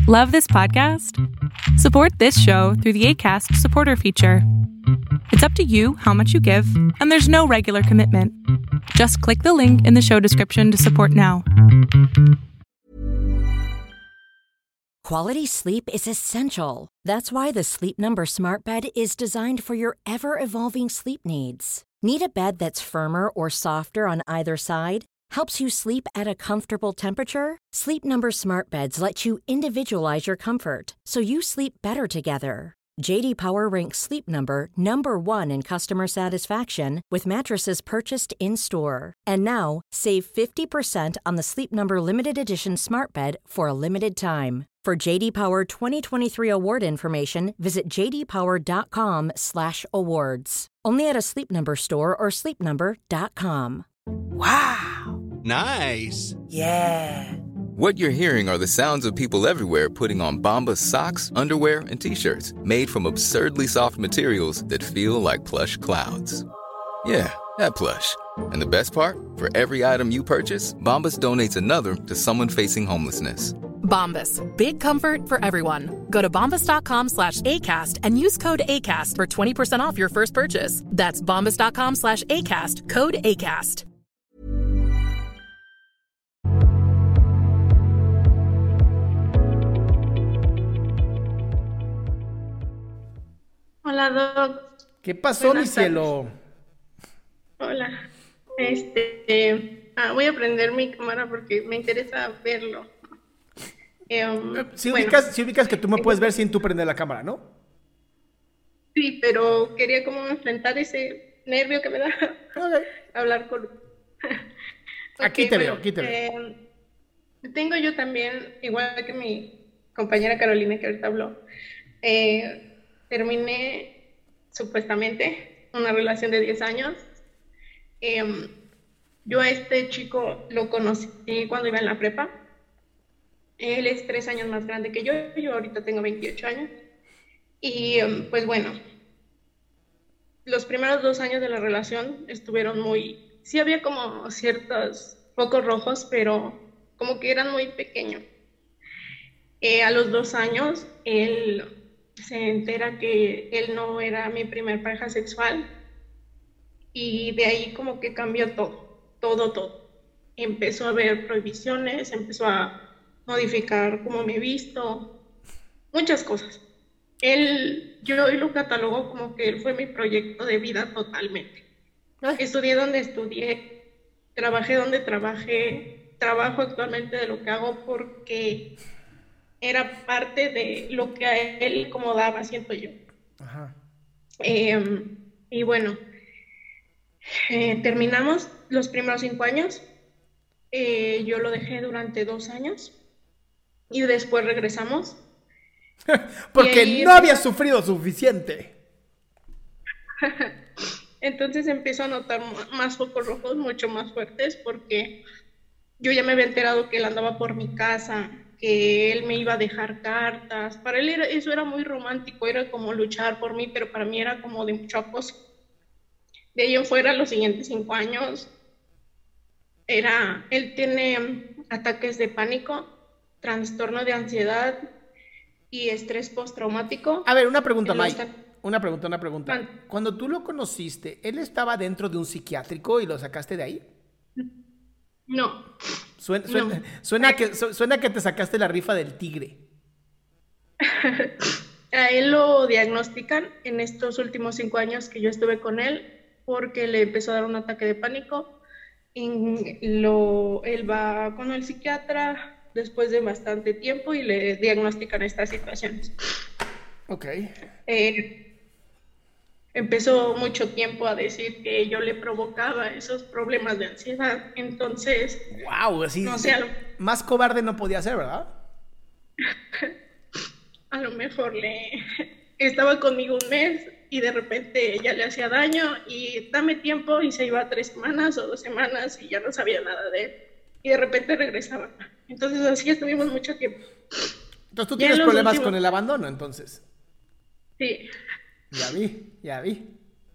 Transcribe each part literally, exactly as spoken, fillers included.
Love this podcast? Support this show through the Acast supporter feature. It's up to you how much you give, and there's no regular commitment. Just click the link in the show description to support now. Quality sleep is essential. That's why the Sleep Number Smart Bed is designed for your ever-evolving sleep needs. Need a bed that's firmer or softer on either side? Helps you sleep at a comfortable temperature? Sleep Number Smart Beds let you individualize your comfort, so you sleep better together. J D Power ranks Sleep Number number one in customer satisfaction with mattresses purchased in-store. And now, save fifty percent on the Sleep Number Limited Edition Smart Bed for a limited time. For J D Power twenty twenty-three award information, visit j d power dot com slash awards. Only at a Sleep Number store or sleep number dot com. Wow! Nice! Yeah! What you're hearing are the sounds of people everywhere putting on Bombas socks, underwear, and T-shirts made from absurdly soft materials that feel like plush clouds. Yeah, that plush. And the best part? For every item you purchase, Bombas donates another to someone facing homelessness. Bombas. Big comfort for everyone. Go to bombas.com slash ACAST and use code ACAST for twenty percent off your first purchase. That's bombas.com slash ACAST. Code ACAST. Hola, Doc. ¿Qué pasó, Buenas mi cielo? tardes. Hola. Este, ah, voy a prender mi cámara porque me interesa verlo. Eh, um, Eh, Si, bueno, ubicas, si ubicas que tú me puedes ver sin tú prender la cámara, ¿no? sí, pero quería como enfrentar ese nervio que me da Ok. hablar con... Aquí Ok, te bueno, veo, aquí te veo. eh, tengo yo también, igual que mi compañera Carolina que ahorita habló, eh, terminé supuestamente una relación de diez años. Em, yo a este chico lo conocí cuando iba en la prepa. Él es tres años más grande que yo, yo ahorita tengo veintiocho años. Y em, pues bueno, los primeros dos años de la relación estuvieron muy... Sí había como ciertos focos rojos, pero como que eran muy pequeños. Eh, a los dos años, él se entera que él no era mi primer pareja sexual y de ahí como que cambió todo, todo, todo. Empezó a haber prohibiciones, empezó a modificar cómo me he visto, muchas cosas. Él, yo hoy lo catalogo como que él fue mi proyecto de vida totalmente. Ay. Estudié donde estudié, trabajé donde trabajé, trabajo actualmente de lo que hago porque era parte de lo que a él le incomodaba, siento yo. Ajá. Eh, y bueno, eh, terminamos los primeros cinco años. Eh, yo lo dejé durante dos años y después regresamos. Porque ahí no empezó- había sufrido suficiente. Entonces empiezo a notar m- más focos rojos mucho más fuertes porque yo ya me había enterado que él andaba por mi casa, que él me iba a dejar cartas. Para él era- eso era muy romántico, era como luchar por mí, pero para mí era como de mucho acoso. De ahí en fuera, los siguientes cinco años, era, él tiene mm, ataques de pánico, trastorno de ansiedad y estrés postraumático. A ver, una pregunta, Él lo May. está- Una pregunta, una pregunta. Man. Cuando tú lo conociste, ¿él estaba dentro de un psiquiátrico y lo sacaste de ahí? No, Suena, suena, No. suena que, su- suena que te sacaste la rifa del tigre. a él lo diagnostican en estos últimos cinco años que yo estuve con él porque le empezó a dar un ataque de pánico. Y lo, él va con el psiquiatra después de bastante tiempo y le diagnostican estas situaciones. Ok. Eh, empezó mucho tiempo a decir que yo le provocaba esos problemas de ansiedad. Entonces, Wow, así. no sé, a lo, Más cobarde no podía ser, ¿verdad? a lo mejor le estaba conmigo un mes y de repente ya le hacía daño y dame tiempo y se iba tres semanas o dos semanas y ya no sabía nada de él. Y de repente regresaba. Entonces así estuvimos mucho tiempo. Entonces tú Ya tienes en los problemas últimos- con el abandono, entonces. Sí. Ya vi, ya vi.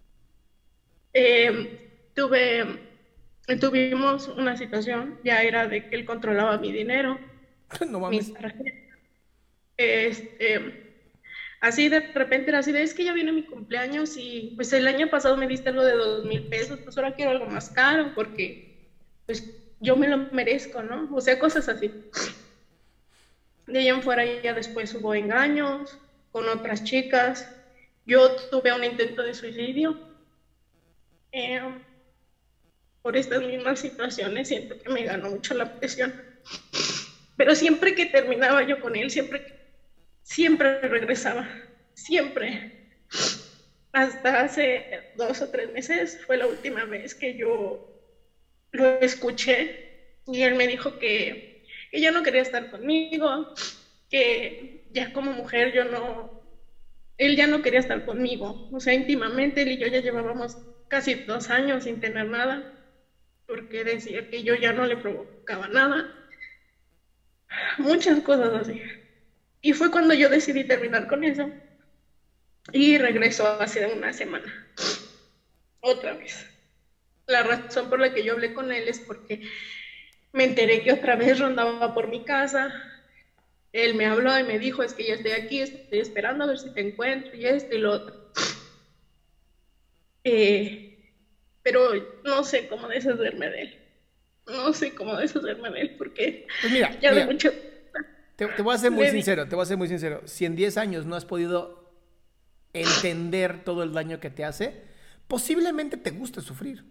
Eh, tuve, tuvimos una situación, ya era de que él controlaba mi dinero, No mis mames. tarjetas. este, así de repente era así de, es que ya viene mi cumpleaños y pues el año pasado me diste algo de dos mil pesos, pues ahora quiero algo más caro porque pues yo me lo merezco, ¿no? O sea, cosas así. De ahí en fuera ya después hubo engaños con otras chicas. Yo tuve un intento de suicidio. Eh, por estas mismas situaciones siento que me ganó mucho la presión. Pero siempre que terminaba yo con él, siempre, siempre regresaba. Siempre. Hasta hace dos o tres meses fue la última vez que yo lo escuché y él me dijo que, que ya no quería estar conmigo, que ya como mujer yo no, él ya no quería estar conmigo, o sea, íntimamente él y yo ya llevábamos casi dos años sin tener nada, porque decía que yo ya no le provocaba nada, muchas cosas así. Y fue cuando yo decidí terminar con eso y regresó hace una semana, otra vez. La razón por la que yo hablé con él es porque me enteré que otra vez rondaba por mi casa. Él me habló y me dijo, es que ya estoy aquí, estoy esperando a ver si te encuentro y esto y lo otro. Eh, pero no sé cómo deshacerme de él. No sé cómo deshacerme de él porque pues mira, ya mira, de mucho... Te, te voy a ser muy Le sincero, te voy a ser muy sincero. Si en diez años no has podido entender todo el daño que te hace, posiblemente te guste sufrir.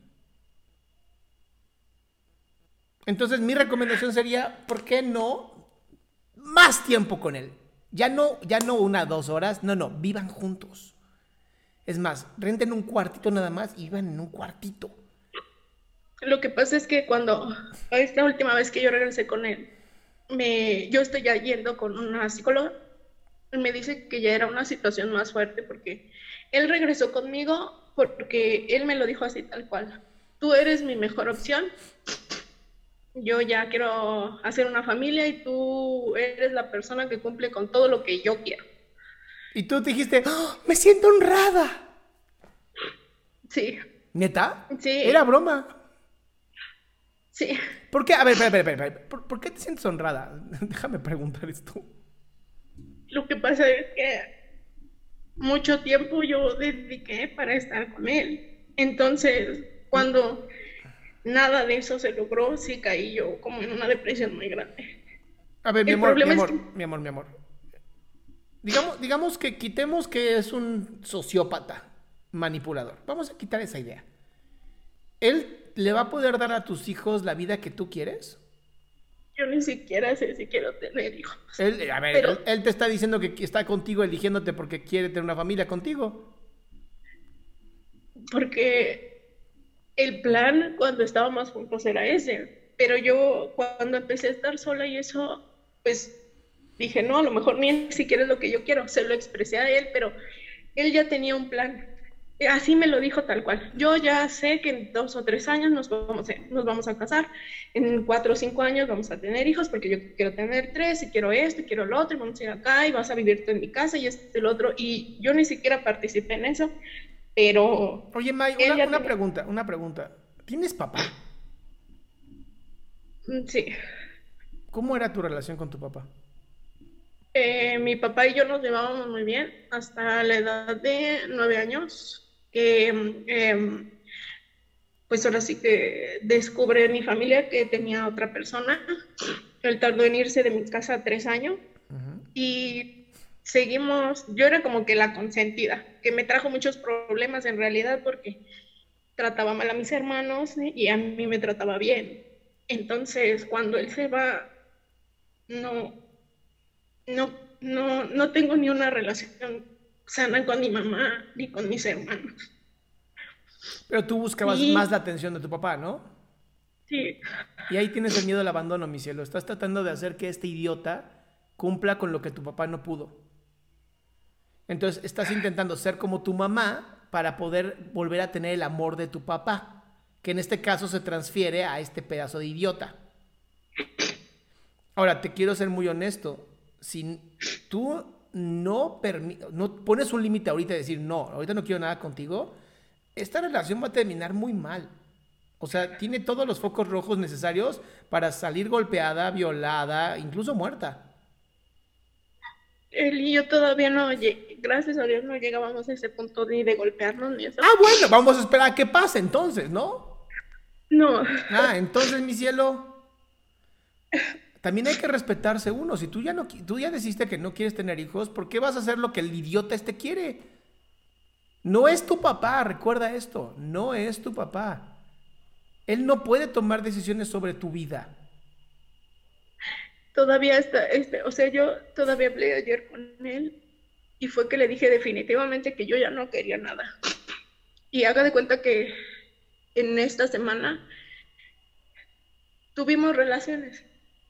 Entonces mi recomendación sería, ¿por qué no más tiempo con él? Ya no, ya no una, dos horas, no, no, vivan juntos. Es más, renten un cuartito nada más y vivan en un cuartito. Lo que pasa es que cuando, esta última vez que yo regresé con él, me, yo estoy ya yendo con una psicóloga, y me dice que ya era una situación más fuerte porque él regresó conmigo porque él me lo dijo así tal cual. Tú eres mi mejor opción. Yo ya quiero hacer una familia y tú eres la persona que cumple con todo lo que yo quiero. Y tú te dijiste, ¡oh, me siento honrada! Sí. ¿Neta? Sí. Era broma. Sí. ¿Por qué? A ver, espera, espera, espera. ¿Por, ¿Por qué te sientes honrada? Déjame preguntar esto. Lo que pasa es que mucho tiempo yo dediqué para estar con él. Entonces, cuando nada de eso se logró, sí caí yo como en una depresión muy grande. A ver, mi El amor, mi problema amor, es que- mi amor, mi amor. Digamos, digamos que quitemos que es un sociópata, manipulador. Vamos a quitar esa idea. ¿Él le va a poder dar a tus hijos la vida que tú quieres? Yo ni siquiera sé si quiero tener hijos. Él, a ver, Pero- él, él te está diciendo que está contigo eligiéndote porque quiere tener una familia contigo. Porque el plan cuando estábamos juntos era ese, pero yo cuando empecé a estar sola y eso, pues dije, no, a lo mejor ni siquiera es lo que yo quiero, se lo expresé a él, pero él ya tenía un plan, así me lo dijo tal cual, yo ya sé que en dos o tres años nos vamos a, nos vamos a casar, en cuatro o cinco años vamos a tener hijos, porque yo quiero tener tres, y quiero esto, y quiero lo otro, y vamos a ir acá, y vas a vivir tú en mi casa, y esto y lo otro, y yo ni siquiera participé en eso, pero... Oye, May, él una, ya una tenía- pregunta, una pregunta. ¿Tienes papá? Sí. ¿Cómo era tu relación con tu papá? Eh, mi papá y yo nos llevábamos muy bien hasta la edad de nueve años, que eh, pues ahora sí que descubre en mi familia que tenía otra persona. Él tardó en irse de mi casa tres años Uh-huh. y seguimos, yo era como que la consentida, que me trajo muchos problemas en realidad porque trataba mal a mis hermanos y a mí me trataba bien. Entonces, cuando él se va, no, no, no, no tengo ni una relación sana con mi mamá ni con mis hermanos. Pero tú buscabas Sí. más la atención de tu papá, ¿no? Sí, Y ahí tienes el miedo al abandono, mi cielo. Estás tratando de hacer que este idiota cumpla con lo que tu papá no pudo. Entonces estás intentando ser como tu mamá para poder volver a tener el amor de tu papá, que en este caso se transfiere a este pedazo de idiota. Ahora, te quiero ser muy honesto. Si tú no, permi- no pones un límite ahorita y decir, no, ahorita no quiero nada contigo, esta relación va a terminar muy mal. O sea, tiene todos los focos rojos necesarios para salir golpeada, violada, incluso muerta. él y yo todavía no, gracias a Dios, no llegábamos a ese punto ni de golpearnos ni eso. Ah, bueno, vamos a esperar a que pase entonces, ¿no? No. Ah, entonces, mi cielo, también hay que respetarse uno. Si tú ya no, tú ya decidiste que no quieres tener hijos, ¿por qué vas a hacer lo que el idiota este quiere? No es tu papá, recuerda esto, no es tu papá. Él no puede tomar decisiones sobre tu vida. Todavía está, este, o sea, yo todavía hablé ayer con él y fue que le dije definitivamente que yo ya no quería nada. Y haga de cuenta que en esta semana tuvimos relaciones.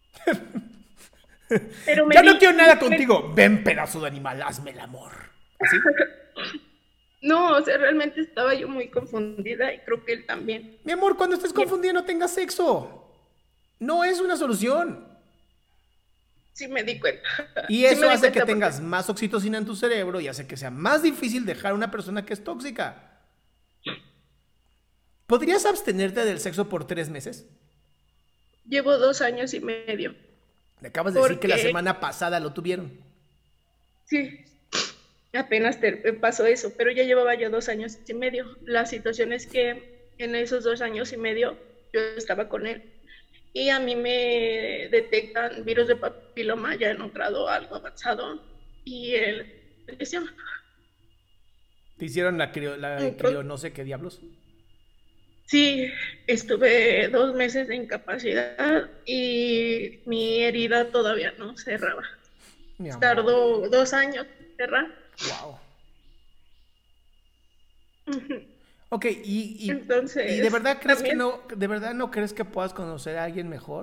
Pero me ya no di, quiero nada me, contigo. Ven, pedazo de animal, hazme el amor. ¿Así? No, o sea, realmente estaba yo muy confundida y creo que él también. Mi amor, cuando estés confundida no tengas sexo. No es una solución. Sí me di cuenta. Y eso sí me hace di que cuenta tengas porque... más oxitocina en tu cerebro y hace que sea más difícil dejar a una persona que es tóxica. ¿Podrías abstenerte del sexo por tres meses? Llevo dos años y medio. Me acabas de porque... decir que la semana pasada lo tuvieron. Sí, apenas te pasó eso, pero ya llevaba yo dos años y medio. La situación es que en esos dos años y medio yo estaba con él y a mí me detectan virus de papiloma ya en un grado algo avanzado y él decía... ¿Te hicieron la crio, la crio no sé qué diablos? Sí, estuve dos meses de incapacidad y mi herida todavía no cerraba. Tardó dos años en cerrar. Wow. Ok, y, y, Entonces, ¿y de verdad crees también... que no, de verdad no crees que puedas conocer a alguien mejor?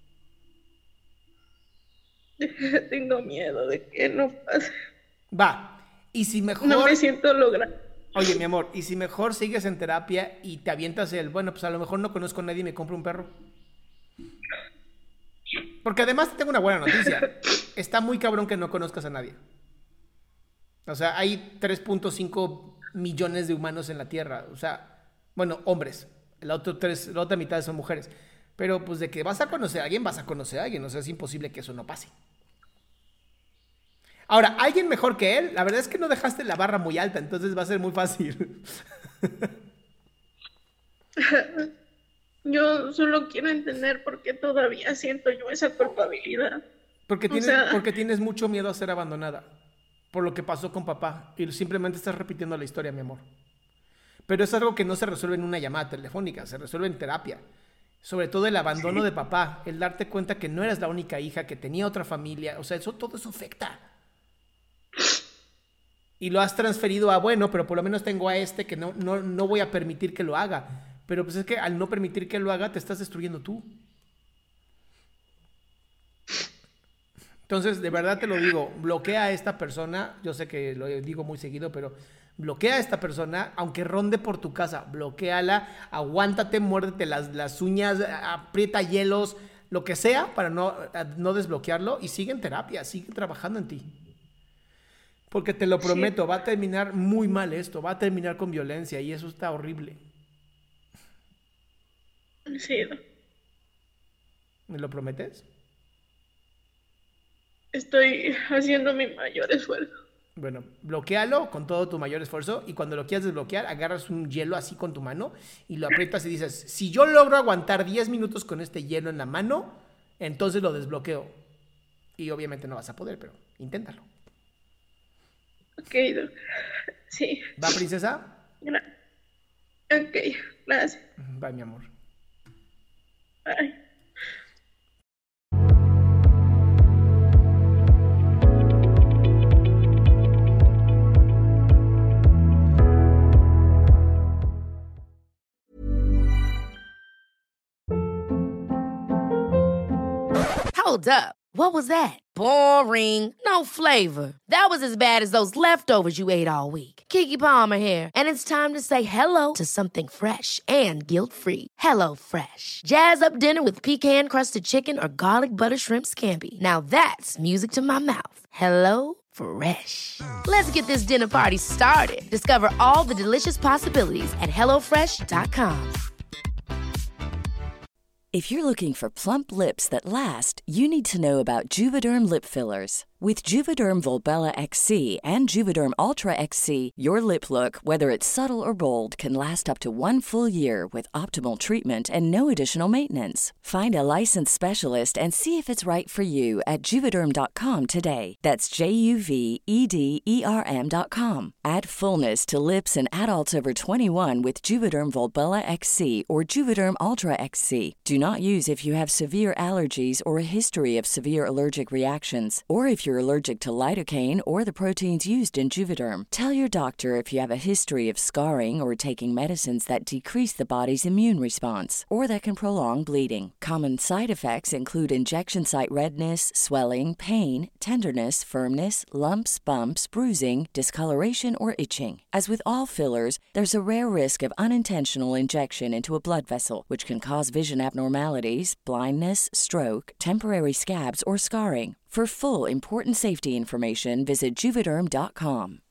Tengo miedo de que no pase. Va, y si mejor... No me siento lograda. Oye, mi amor, y si mejor sigues en terapia y te avientas el, bueno, pues a lo mejor no conozco a nadie y me compro un perro. Porque además tengo una buena noticia. Está muy cabrón que no conozcas a nadie. O sea, hay tres punto cinco millones de humanos en la Tierra. O sea, bueno, hombres. La otra, tres, la otra mitad son mujeres. Pero pues de que vas a conocer a alguien, vas a conocer a alguien. O sea, es imposible que eso no pase. Ahora, alguien mejor que él, la verdad es que no dejaste la barra muy alta, entonces va a ser muy fácil. Yo solo quiero entender por qué todavía siento yo esa culpabilidad. Porque tienes, o sea... porque tienes mucho miedo a ser abandonada. Por lo que pasó con papá. Y simplemente estás repitiendo la historia, mi amor. Pero es algo que no se resuelve en una llamada telefónica, se resuelve en terapia. Sobre todo el abandono sí. de papá, el darte cuenta que no eras la única hija, que tenía otra familia. O sea, eso, todo eso afecta. Y lo has transferido a, bueno, pero por lo menos tengo a este que no, no, no voy a permitir que lo haga. Pero pues es que al no permitir que lo haga, te estás destruyendo tú. Entonces, de verdad te lo digo, bloquea a esta persona. Yo sé que lo digo muy seguido, pero bloquea a esta persona, aunque ronde por tu casa. Bloquéala, aguántate, muérdete las, las uñas, aprieta hielos, lo que sea para no, no desbloquearlo. Y sigue en terapia, sigue trabajando en ti. Porque te lo prometo, sí. va a terminar muy mal esto, va a terminar con violencia y eso está horrible. Sí. ¿Me lo prometes? Estoy haciendo mi mayor esfuerzo. Bueno, bloquéalo con todo tu mayor esfuerzo y cuando lo quieras desbloquear, agarras un hielo así con tu mano y lo aprietas y dices, si yo logro aguantar diez minutos con este hielo en la mano, entonces lo desbloqueo. Y obviamente no vas a poder, pero inténtalo. Ok, sí. ¿Va, princesa? Gra- ok, gracias. Bye, mi amor. Bye. Hold up. What was that? Boring. No flavor. That was as bad as those leftovers you ate all week. Keke Palmer here, and it's time to say hello to something fresh and guilt-free. Hello Fresh. Jazz up dinner with pecan-crusted chicken or garlic butter shrimp scampi. Now that's music to my mouth. Hello Fresh. Let's get this dinner party started. Discover all the delicious possibilities at hello fresh dot com. If you're looking for plump lips that last, you need to know about Juvederm lip fillers. With Juvederm Volbella X C and Juvederm Ultra X C, your lip look, whether it's subtle or bold, can last up to one full year with optimal treatment and no additional maintenance. Find a licensed specialist and see if it's right for you at Juvederm dot com today. That's J U V E D E R M dot com. Add fullness to lips in adults over twenty-one with Juvederm Volbella X C or Juvederm Ultra X C. Do not use if you have severe allergies or a history of severe allergic reactions, or if you're allergic to lidocaine or the proteins used in Juvederm. Tell your doctor if you have a history of scarring or taking medicines that decrease the body's immune response or that can prolong bleeding. Common side effects include injection site redness, swelling, pain, tenderness, firmness, lumps, bumps, bruising, discoloration, or itching. As with all fillers, there's a rare risk of unintentional injection into a blood vessel, which can cause vision abnormalities, blindness, stroke, temporary scabs, or scarring. For full, important safety information, visit Juvederm dot com.